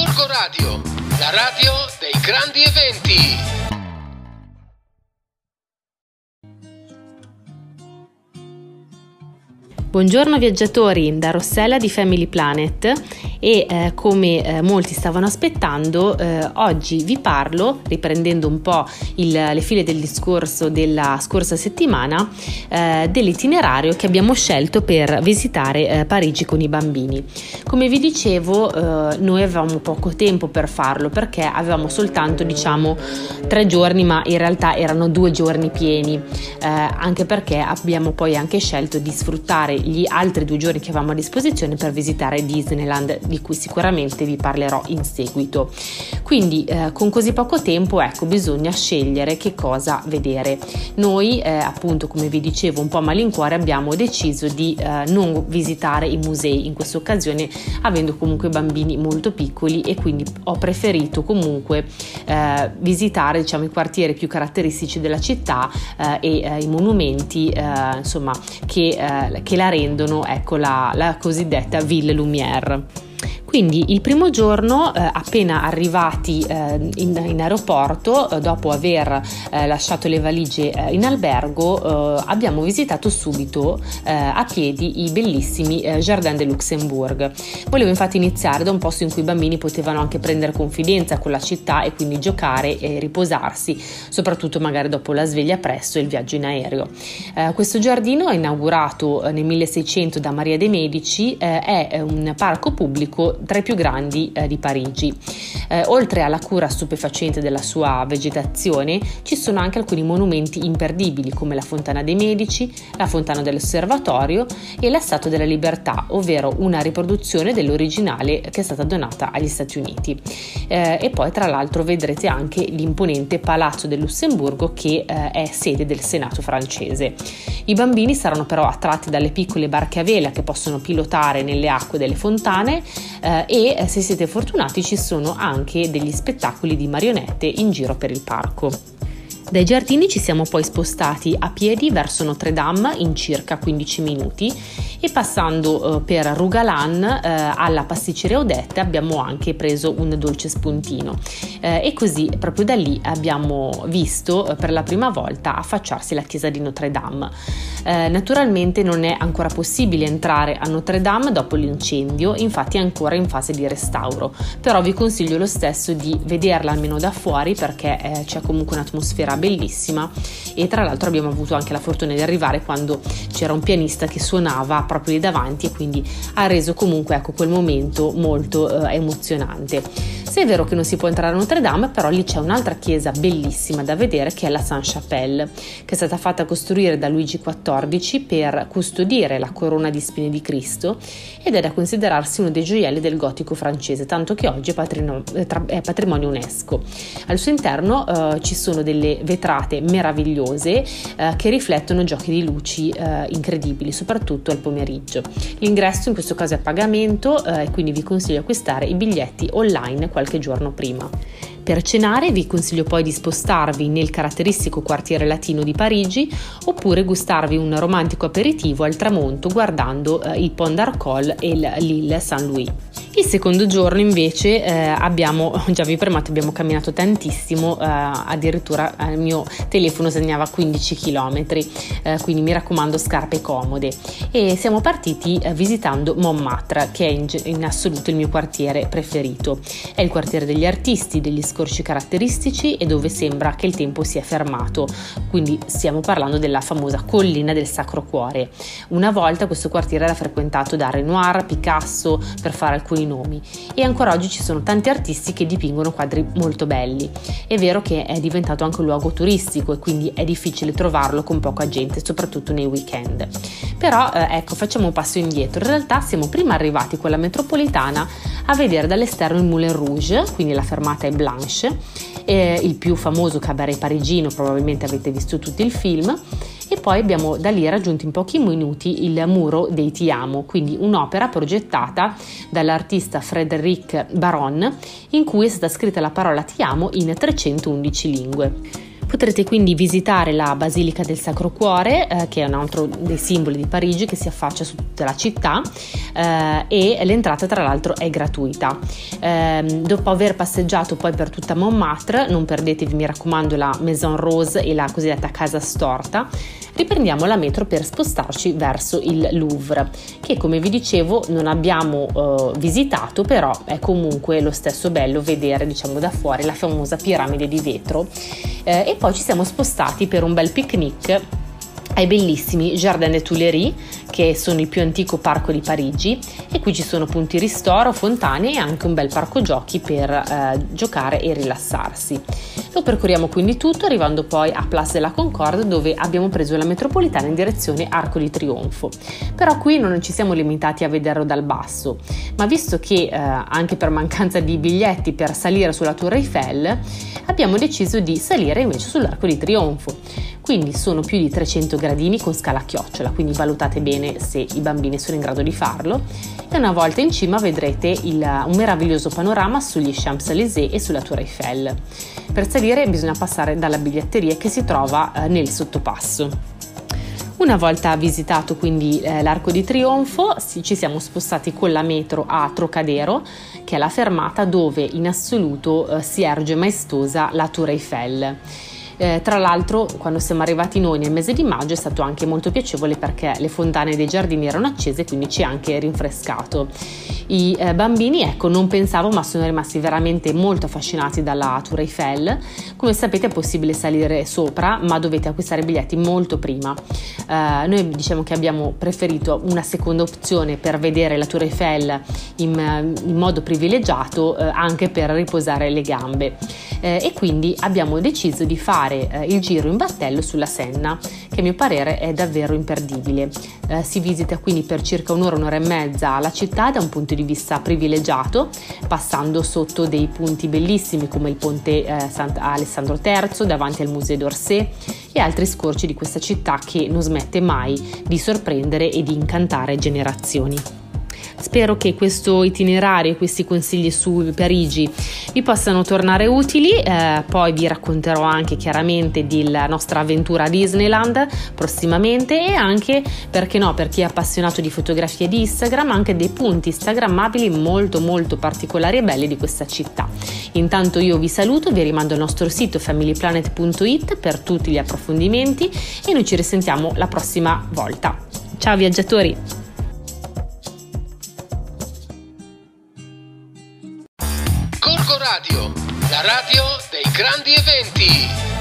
Gorgo Radio, la radio dei grandi eventi. Buongiorno viaggiatori, da Rossella di Family Planet e come molti stavano aspettando, oggi vi parlo, riprendendo un po' le file del discorso della scorsa settimana, dell'itinerario che abbiamo scelto per visitare Parigi con i bambini. Come vi dicevo, noi avevamo poco tempo per farlo perché avevamo soltanto 3 giorni, ma in realtà erano 2 giorni pieni, anche perché abbiamo poi anche scelto di sfruttare gli altri 2 giorni che avevamo a disposizione per visitare Disneyland, di cui sicuramente vi parlerò in seguito. Quindi con così poco tempo, bisogna scegliere che cosa vedere. Noi appunto, come vi dicevo, un po' a malincuore abbiamo deciso di non visitare i musei in questa occasione, avendo comunque bambini molto piccoli, e quindi ho preferito comunque visitare i quartieri più caratteristici della città e i monumenti che la rendono la cosiddetta Ville Lumière. Quindi il primo giorno, appena arrivati in aeroporto, dopo aver lasciato le valigie in albergo, abbiamo visitato subito a piedi i bellissimi Jardin de Luxembourg. Volevo infatti iniziare da un posto in cui i bambini potevano anche prendere confidenza con la città e quindi giocare e riposarsi, soprattutto magari dopo la sveglia presto e il viaggio in aereo. Questo giardino, inaugurato nel 1600 da Maria de' Medici, è un parco pubblico tra i più grandi di Parigi. Oltre alla cura stupefacente della sua vegetazione, ci sono anche alcuni monumenti imperdibili come la Fontana dei Medici, la Fontana dell'Osservatorio e la Statua della Libertà, ovvero una riproduzione dell'originale che è stata donata agli Stati Uniti. E poi tra l'altro vedrete anche l'imponente Palazzo del Lussemburgo, che è sede del Senato francese. I bambini saranno però attratti dalle piccole barche a vela che possono pilotare nelle acque delle fontane, e se siete fortunati ci sono anche degli spettacoli di marionette in giro per il parco. Dai giardini ci siamo poi spostati a piedi verso Notre Dame in circa 15 minuti e passando per Rugalan alla pasticceria Odette abbiamo anche preso un dolce spuntino, e così proprio da lì abbiamo visto per la prima volta affacciarsi la chiesa di Notre Dame. Naturalmente non è ancora possibile entrare a Notre Dame dopo l'incendio, infatti è ancora in fase di restauro, però vi consiglio lo stesso di vederla almeno da fuori perché c'è comunque un'atmosfera bellissima, e tra l'altro abbiamo avuto anche la fortuna di arrivare quando c'era un pianista che suonava proprio lì davanti, e quindi ha reso comunque quel momento molto emozionante. Se è vero che non si può entrare a Notre Dame, però lì c'è un'altra chiesa bellissima da vedere che è la Sainte-Chapelle, che è stata fatta costruire da Luigi XIV per custodire la corona di spine di Cristo ed è da considerarsi uno dei gioielli del gotico francese, tanto che oggi è patrimonio UNESCO. Al suo interno ci sono delle vetrate meravigliose che riflettono giochi di luci incredibili, soprattutto al pomeriggio. L'ingresso in questo caso è a pagamento, e quindi vi consiglio di acquistare i biglietti online qualche giorno prima. Per cenare vi consiglio poi di spostarvi nel caratteristico quartiere latino di Parigi, oppure gustarvi un romantico aperitivo al tramonto guardando il Pont d'Arcole e l'Île Saint-Louis. Il secondo giorno invece abbiamo camminato tantissimo, addirittura il mio telefono segnava 15 km, quindi mi raccomando scarpe comode, e siamo partiti visitando Montmartre, che è in assoluto il mio quartiere preferito. È il quartiere degli artisti, degli scorci caratteristici e dove sembra che il tempo si è fermato, quindi stiamo parlando della famosa collina del Sacro Cuore. Una volta questo quartiere era frequentato da Renoir, Picasso, per fare alcuni nomi, e ancora oggi ci sono tanti artisti che dipingono quadri molto belli. È vero che è diventato anche un luogo turistico e quindi è difficile trovarlo con poca gente, soprattutto nei weekend. Però facciamo un passo indietro. In realtà siamo prima arrivati con la metropolitana a vedere dall'esterno il Moulin Rouge, quindi la fermata è Blanche, il più famoso cabaret parigino, probabilmente avete visto tutto il film. E poi abbiamo da lì raggiunto in pochi minuti il Muro dei Ti Amo, quindi un'opera progettata dall'artista Frédéric Baron, in cui è stata scritta la parola Ti amo in 311 lingue. Potrete quindi visitare la Basilica del Sacro Cuore, che è un altro dei simboli di Parigi, che si affaccia su tutta la città, e l'entrata tra l'altro è gratuita. Dopo aver passeggiato poi per tutta Montmartre, non perdetevi, mi raccomando, la Maison Rose e la cosiddetta Casa Storta, riprendiamo la metro per spostarci verso il Louvre, che come vi dicevo non abbiamo visitato, però è comunque lo stesso bello vedere, diciamo, da fuori la famosa piramide di vetro. E poi ci siamo spostati per un bel picnic ai bellissimi Jardin des Tuileries, che sono il più antico parco di Parigi, e qui ci sono punti ristoro, fontane e anche un bel parco giochi per giocare e rilassarsi. Lo percorriamo quindi tutto, arrivando poi a Place de la Concorde, dove abbiamo preso la metropolitana in direzione Arco di Trionfo. Però qui non ci siamo limitati a vederlo dal basso, ma visto che anche per mancanza di biglietti per salire sulla Tour Eiffel, abbiamo deciso di salire invece sull'Arco di Trionfo. Quindi sono più di 300 gradini con scala a chiocciola, quindi valutate bene se i bambini sono in grado di farlo, e una volta in cima vedrete un meraviglioso panorama sugli Champs-Élysées e sulla Tour Eiffel. Per salire bisogna passare dalla biglietteria che si trova nel sottopasso. Una volta visitato quindi l'Arco di Trionfo, ci siamo spostati con la metro a Trocadero, che è la fermata dove in assoluto si erge maestosa la Tour Eiffel. Tra l'altro, quando siamo arrivati noi nel mese di maggio è stato anche molto piacevole, perché le fontane dei giardini erano accese, quindi ci ha anche rinfrescato. I bambini, ecco, non pensavo, ma sono rimasti veramente molto affascinati dalla Tour Eiffel. Come sapete è possibile salire sopra, ma dovete acquistare biglietti molto prima. Noi diciamo che abbiamo preferito una seconda opzione per vedere la Tour Eiffel in modo privilegiato, anche per riposare le gambe, e quindi abbiamo deciso di fare il giro in battello sulla Senna, che a mio parere è davvero imperdibile. Si visita quindi per circa un'ora e mezza la città da un punto di vista privilegiato, passando sotto dei punti bellissimi come il ponte Alessandro III davanti al Musée d'Orsay e altri scorci di questa città che non smette mai di sorprendere e di incantare generazioni. Spero che questo itinerario e questi consigli su Parigi vi possano tornare utili, poi vi racconterò anche chiaramente della nostra avventura a Disneyland prossimamente, e anche, perché no, per chi è appassionato di fotografie di Instagram, anche dei punti instagrammabili molto molto particolari e belli di questa città. Intanto io vi saluto, vi rimando al nostro sito familyplanet.it per tutti gli approfondimenti e noi ci risentiamo la prossima volta. Ciao viaggiatori! Gorgo Radio, la radio dei grandi eventi.